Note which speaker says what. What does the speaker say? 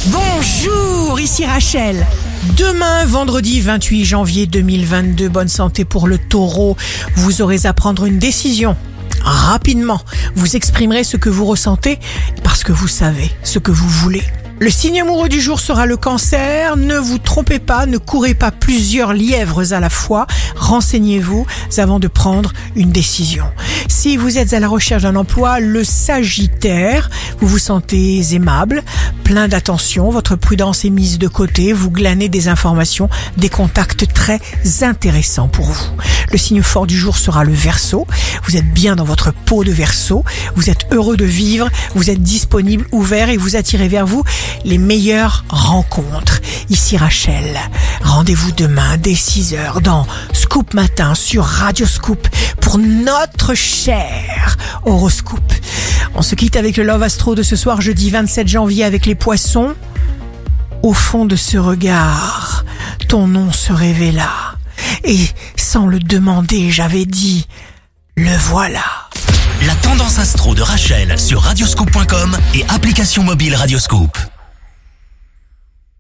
Speaker 1: Bonjour, ici Rachel. Demain, vendredi 28 janvier 2022, bonne santé pour le taureau. Vous aurez à prendre une décision. Rapidement, vous exprimerez ce que vous ressentez parce que vous savez ce que vous voulez. Le signe amoureux du jour sera le cancer. Ne vous trompez pas, ne courez pas plusieurs lièvres à la fois. Renseignez-vous avant de prendre une décision. Si vous êtes à la recherche d'un emploi, le sagittaire, vous vous sentez aimable, plein d'attention, votre prudence est mise de côté, vous glanez des informations, des contacts très intéressants pour vous. Le signe fort du jour sera le Verseau. Vous êtes bien dans votre peau de Verseau, vous êtes heureux de vivre, vous êtes disponible, ouvert et vous attirez vers vous les meilleures rencontres. Ici Rachel, rendez-vous demain dès 6h dans Scoop Matin sur Radio Scoop pour notre cher horoscope. On se quitte avec le Love Astro de ce soir jeudi 27 janvier avec les Poissons. Au fond de ce regard, ton nom se révéla. Et sans le demander, j'avais dit, le voilà.
Speaker 2: La tendance astro de Rachel sur radioscoop.com et application mobile Radioscoop.